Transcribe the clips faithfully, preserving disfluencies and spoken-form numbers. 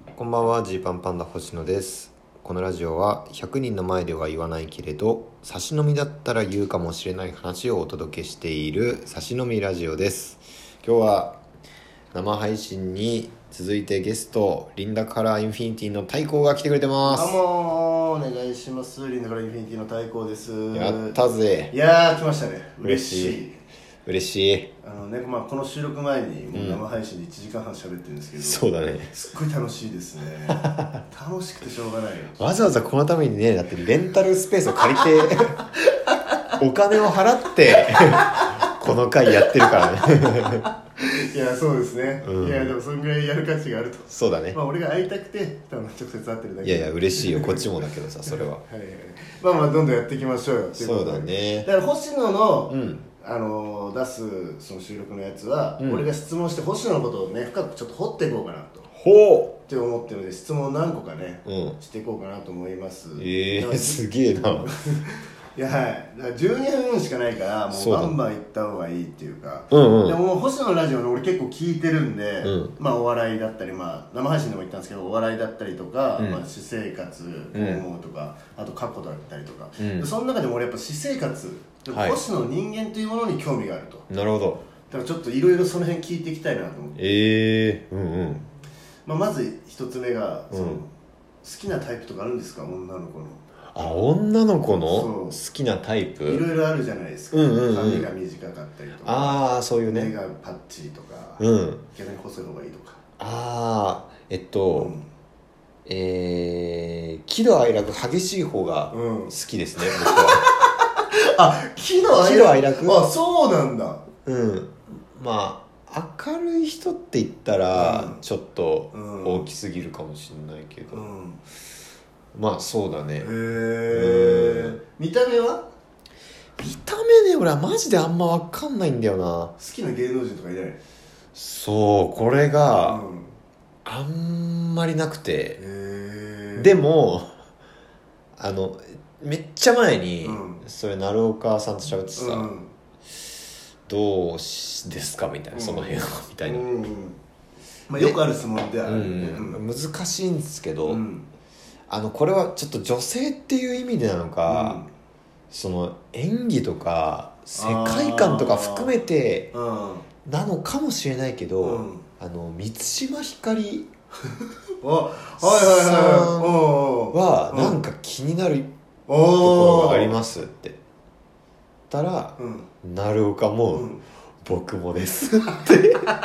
こんばんは、ジーパンパンダ星野です。このラジオはひゃくにんの前では言わないけれど差し飲みだったら言うかもしれない話をお届けしている差し飲みラジオです。今日は生配信に続いてゲストリンダカラーインフィニティの太閤が来てくれてます。 どうもお願いします。リンダカラーインフィニティの太閤です。 やったぜ。 いやー来ましたね。 嬉しい嬉しい嬉しい。 あのね、まあ、この収録前にもう生配信でいちじかんはん喋ってるんですけど、 そうだね、 すっごい楽しいですね。楽しくてしょうがないよ。 わざわざこのためにね、だってレンタルスペースを借りてお金を払ってこの回やってるからね。 いやそうですね、 うん、 いやでもそんぐらいやる価値があると。 そうだね。 まあ俺が会いたくて多分直接会ってるだけ。 いやいや嬉しいよ、こっちもだけどさ、それははいはい、まあまあどんどんやっていきましょうよ。 そうだね。 だから星野の、 うんあの出すその収録のやつは、 うん、 俺が質問して星野のことをね深くちょっと掘っていこうかなとほって思ってるので、質問何個かね、 う、うん、 していこうかなと思います。 ええー、すげえな。 いやはいだからじゅうにふんしかないからもうバンバン行った方がいいっていうか、 うんうん、 でももう星野のラジオの俺結構聞いてるんで、 うん、 まあお笑いだったり、まあ、生配信でも言ったんですけどお笑いだったりとか、 うん、 まあ、私生活こう思うとか、うん、あと過去だったりとか、 うん、 でその中でも俺やっぱ私生活、はい、星野人間というものに興味があると。 なるほど。 だからちょっといろいろその辺聞いていきたいなと思って。 ええー、うんうん、 まあ、まず一つ目がその、 うん、 好きなタイプとかあるんですか、女の子の。 あ、女の子の好きなタイプいろいろあるじゃないですか、 うんうんうん、 髪が短かったりとか、 ああそういうね、 目がパッチリとか、 うん、 逆に細い方がいいとか。 ああえっと、うん、えー、喜怒哀楽激しい方が好きですね、うん、僕は。 あ、喜怒哀楽、喜怒哀楽、あ、そうなんだ。 うん、まあ明るい人って言ったらちょっと大きすぎるかもしれないけど、うん、まあそうだね。へえ、うん、見た目は見た目ね、俺はマジであんま分かんないんだよな。好きな芸能人とかいない？ そうこれが、うん、あんまりなくて、へでもあのめっちゃ前に、うん、それ鳴岡さんと喋ってさ、うん、どうですかみたいな、その辺はみたいな、うんうん、 まあ、よくある質問である、ね、 うん、難しいんですけど、うん、あのこれはちょっと女性っていう意味でなのか、うん、その演技とか世界観とか含めてなのかもしれないけど、うん、あの満島ひかりさんはなんか気になるところがありますって言ったら、うん、鳴岡も、うん、僕もですって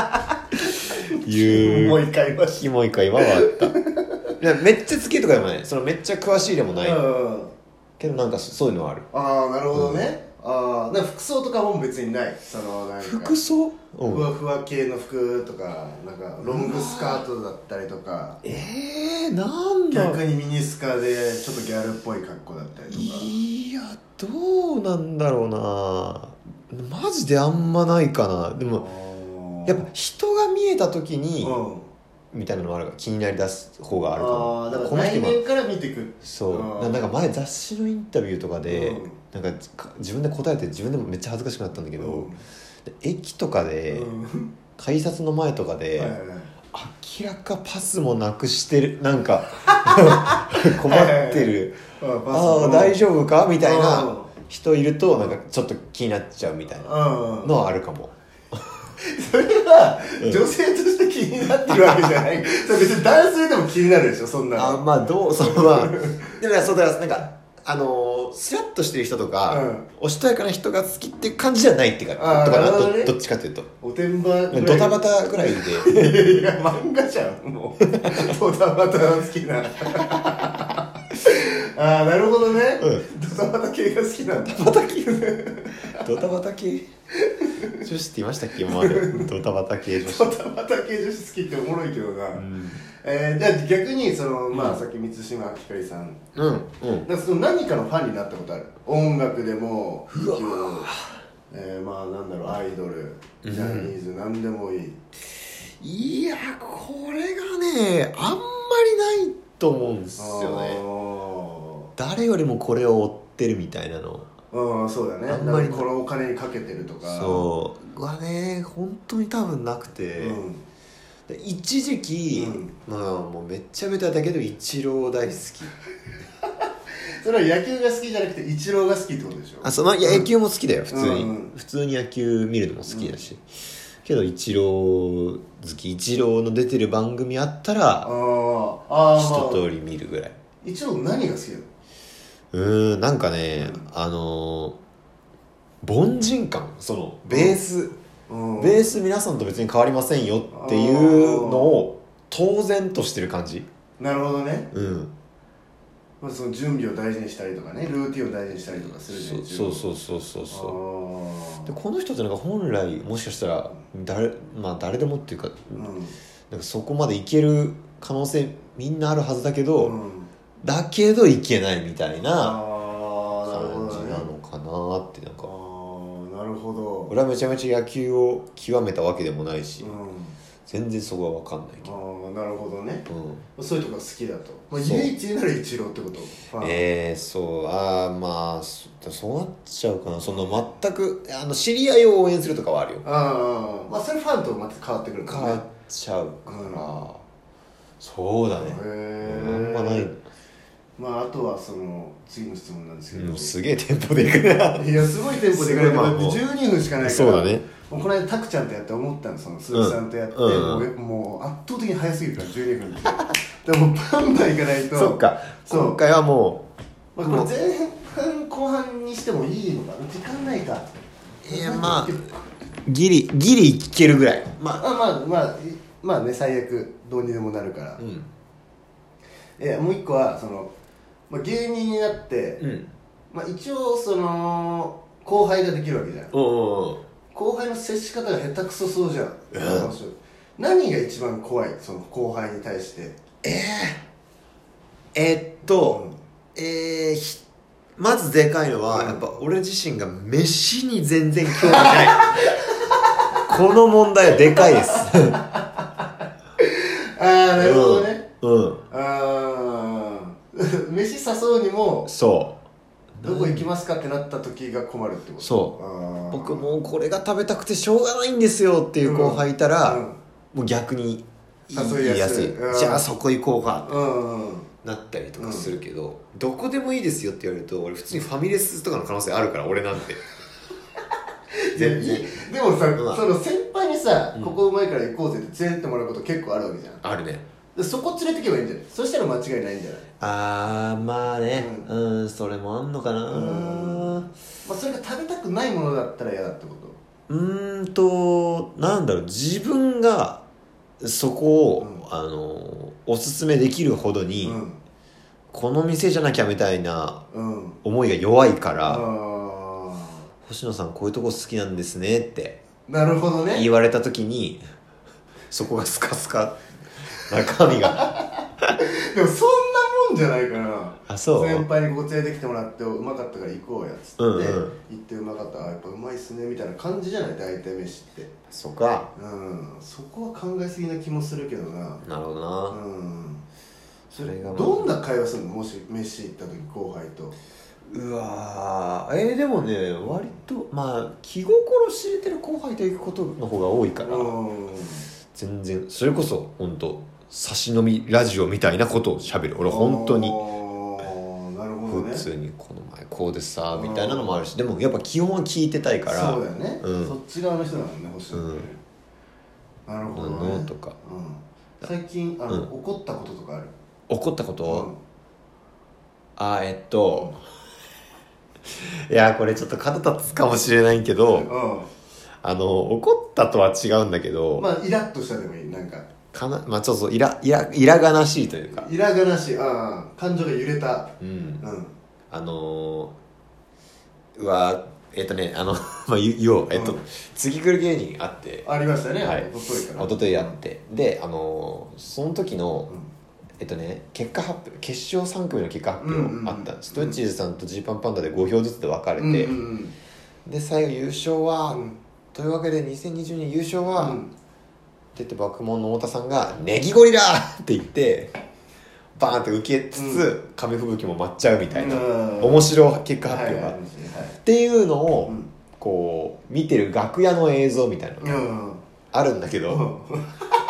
いうもう一回今キモい会話はあった。いやめっちゃ好きとかでもない、そのめっちゃ詳しいでもない、うん、けどなんかそういうのはある。 ああなるほどね、うん、ああ服装とかも別にない、そのなんか服装、 うん、ふわふわ系の服とか、なんかロングスカートだったりとか、 ええー、なんだ逆にミニスカでちょっとギャルっぽい格好だったりとか。 いやどうなんだろうな、マジであんまないかな。でもやっぱ人が見えた時に、うんみたいなのもあるから気になりだす方があるかも。 ああだから内面から見ていく。 そうなんか前雑誌のインタビューとかで、うん、なんか自分で答えて自分でもめっちゃ恥ずかしくなったんだけど、うん、駅とかで、うん、改札の前とかで、はいはいはい、明らかパスもなくしてる、なんか困ってる、はいはいはい、ああ大丈夫かみたいな人いるとなんかちょっと気になっちゃうみたいなのはあるかも。 それは女性として気になってるわけじゃない、うん、それ別に男性でも気になるでしょ、そんなの。 あまあどうそのまあでもね、そうだなんかあのー、スラッとしてる人とか、うん、おしとやかな人が好きっていう感じじゃないっていうかとかな、ど, どっちかというとおてんばぐらいドタバタぐらいでいや漫画じゃんもうドタバタ好きなああなるほどね、うん、ドタバタ系が好きなんだ。 ドタバタ系ドタバタ系女子って言いましたっけ今まで。ドタバタ系女子ドタバタ系女子好きっておもろいけどな、うん、えー、じゃあ逆にその、まあ、さっき満島ひかりさん、うんうん、なんかその何かのファンになったことある？音楽でもうわえー、まあなんだろうアイドルジャニーズ、うん、何でもいい。 いやこれがねあんまりないと思うんですよね。誰よりもこれを追ってるみたいなの。 うん、そうだね。あんまりこのお金にかけてるとかそうはね本当に多分なくて、うん、 で一時期、うん、まあもうめっちゃベタだけどイチロー大好きそれは野球が好きじゃなくてイチローが好きってことでしょ。 あそう、まあ、いや野球も好きだよ普通に、うんうん、 普通に野球見るのも好きだし、うん、けどイチロー好き、イチローの出てる番組あったらああ一通り見るぐらい。 イチロー何が好きなの？ うーんなんかね、うん、あのー、凡人感、そのベース、うん、ベース皆さんと別に変わりませんよっていうのを当然としてる感じ。 なるほどね。 うん、 まあ、その準備を大事にしたりとかね、ルーティンを大事にしたりとかするじゃないですか。 そうそうそうそうそうでこの人ってなんか本来もしかしたら誰、まあ、誰でもっていうか、うん、なんかそこまでいける可能性みんなあるはずだけど、うん、だけどいけないみたいな感じなのかなって。なんかあなるほど。 俺はめちゃめちゃ野球を極めたわけでもないし、うん、全然そこは分かんないけど。 ああなるほどね、うん、そういうとこが好きだと、まあ、唯一になるイチローってこと。 ええー、そうああまあそそうなっちゃうかな。その全くあの知り合いを応援するとかはあるよ。 ああまあそれファンとまた変わってくるから、 ね、変わっちゃうから、うん、そうだね。へえあんまない。 まああとはその次の質問なんですけど、 うん、すげえテンポでいくね。 いやすごいテンポでいくね。だってじゅうにふんしかないから。 そうだね。 もうこの間タクちゃんとやって思ったの、その鈴木さんとやって、うんうん、もう圧倒的に早すぎるからじゅうにふんってでもバンバンいかないと。 そっか今回はもう、まあ、これ前半後半にしてもいいのかな、時間ないか。 いやまあギリギリいけるぐらい。 まあまあまあまあね、最悪どうにでもなるから、うん、えもう一個はその、まあ、芸人になって、うんまあ、一応その後輩ができるわけじゃん。 おうおう後輩の接し方が下手くそそうじゃん、うん、何が一番怖い、その後輩に対して。 えー、えー、っと、うん、えー、まずでかいのは、うん、やっぱ俺自身が飯に全然興味ないこの問題はでかいですああなるほどね。 うん、うん、 ああ飯誘うにもそうどこ行きますかってなった時が困るってこと。 そう僕もうこれが食べたくてしょうがないんですよっていう後輩いたら、うんうん、もう逆に誘いやすい、 うん、じゃあそこ行こうかってなったりとかするけど、うん、どこでもいいですよって言われると俺普通にファミレスとかの可能性あるから俺なんて全然でもさ、まあ、その先輩にさ、うん、ここうまいから行こうぜって連れてってもらうこと結構あるわけじゃん。 あるね。 そこ連れてけばいいんじゃない。そしたら間違いないんじゃない。 あーまあね、うん、うんそれもあんのかな。うん、 まあ、それが食べたくないものだったら嫌だってこと。 うーんとなんだろう、自分がそこを、うん、あのおすすめできるほどに、うん、この店じゃなきゃみたいな思いが弱いから、うん、星野さんこういうとこ好きなんですねってなるほどね言われた時にそこがスカスカ中身がでもそんなもんじゃないかな。 あそう先輩にここ連れてきてもらってうまかったから行こうやっつって、うんうん、行ってうまかったあやっぱうまいっすねみたいな感じじゃない大体飯って。 そっか、 うん、そこは考えすぎな気もするけどな。 なるほどな。うんそれがどんな会話するの、もし飯行った時後輩と。 うわーえー、でもね割とまあ気心知れてる後輩と行くことの方が多いから、うん、全然それこそ本当差し飲みラジオみたいなことを喋る俺本当に。 なるほどね。 普通にこの前こうでさみたいなのもあるし、でもやっぱ基本は聞いてたいから。 そうだよね、うん、そっち側の人なのね星野ね、うん、なるほどね。 のとか、 うん、最近あの、うん、怒ったこととかある。 怒ったこと、うん、あえっといやこれちょっと角立つかもしれないけど、うん、あの怒ったとは違うんだけど、 まあイラッとしたでもいい、なんかかな、まあちょっとイライライラがなしいというか、 イラがなしい、ああ感情が揺れた、 うん、うん、あのー、うわえっ、ー、とねあのまあ言おうえっ、ー、と、うん、次来る芸人あってありましたね、 はい、おとといかなおとといあって、うん、であのー、その時の、うんえっとね、結果発表決勝さん組の結果発表あったんです、うんうんうん、ストッチーズさんとジーパンパンダでご票ずつで分かれて、うんうんうん、で最後優勝は、うん、というわけでにせんにじゅうねん優勝は、うん、って言って爆問の太田さんがネギゴリラって言ってバーンって受けつつ、うん、紙吹雪も舞っちゃうみたいな、うん、面白い結果発表が、はいはいはい、っていうのを、うん、こう見てる楽屋の映像みたいなのがあるんだけど、うん、あ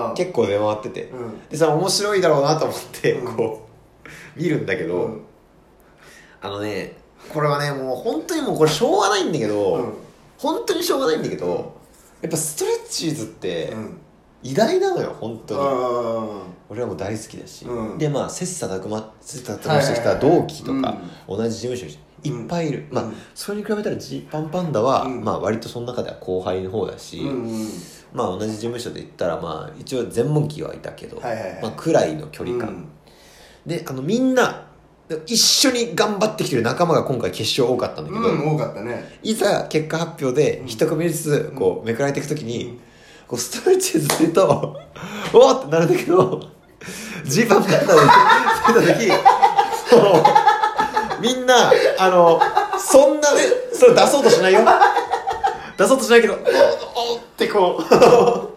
結構出回ってて、 うん、 でさ面白いだろうなと思ってうん、 こう見るんだけど、うん、あのねこれはねもう本当にもうこれしょうがないんだけど、うん、本当にしょうがないんだけど、やっぱストレッチーズって、うん偉大なのよ本当に。俺はもう大好きだし、うん、でまあ切磋琢磨切磋琢磨してきた同期とか、同じ事務所にいっぱいいる、うん、まあそれに比べたらジーパンパンダは、うん、まあ割とその中では後輩の方だし、うんうん、まあ同じ事務所で言ったらまあ一応全問期はいたけど、はいはいはい、まあくらいの距離感、うん、であのみんな一緒に頑張ってきてる仲間が今回決勝多かったんだけど、 うん、多かったね。 いざ結果発表で一組ずつこうめくられていくときに、うんこうストレッチーズって言うとおーってなるんだけどジーパンパンダで出た時みんなあのそんなねそれ出そうとしないよ出そうとしないけどおーおーってこう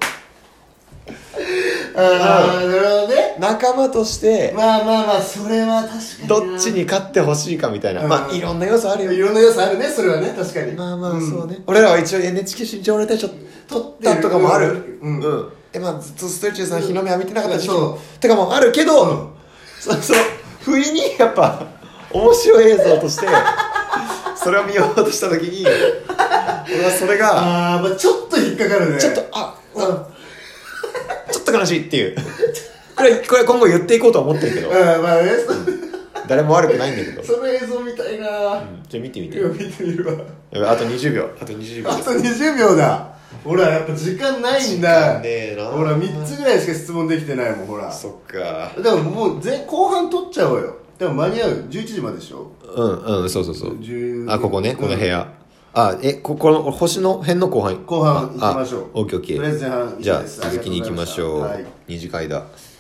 ああなるほどね。 仲間としてまあまあまあそれは確かにどっちに勝ってほしいかみたいな、まあいろんな要素あるよ。 いろんな要素あるねそれはね確かに。 まあまあそうね、うん、俺らは一応 エヌエイチケー 新潮俺たち取ったとかもある。うん、うん、でまあずっとストレッチーズの日の目浴びてなかった時期もとかもあるけど、うん、そその不意にやっぱ面白い映像としてそれを見ようとした時に俺はそれがあー、まあ、ちょっと引っかかるね。 ちょっとあ、うん、ちょっと悲しいっていうこれこれ今後言っていこうとは思ってるけど、 あまあね、 誰も悪くないんだけどその映像見たいな、うん、 じゃあ見てみて。 見てみるわ。 あとにじゅうびょうあとにじゅうびょうあとにじゅうびょうだ。ほらやっぱ時間ないんだ。 時間ねえな。 ほらみっつぐらいしか質問できてないもんほら。 そっか。 でももう前後半取っちゃおうよ。でも間に合うじゅういちじまででしょ。 うんうんそうそうそう。あここねこの部屋、うん、あえここの星の辺の後半後半行きましょう。 オッケーオッケー。 とりあえず前半じゃあ続きに行きましょう、はい、二次会だ。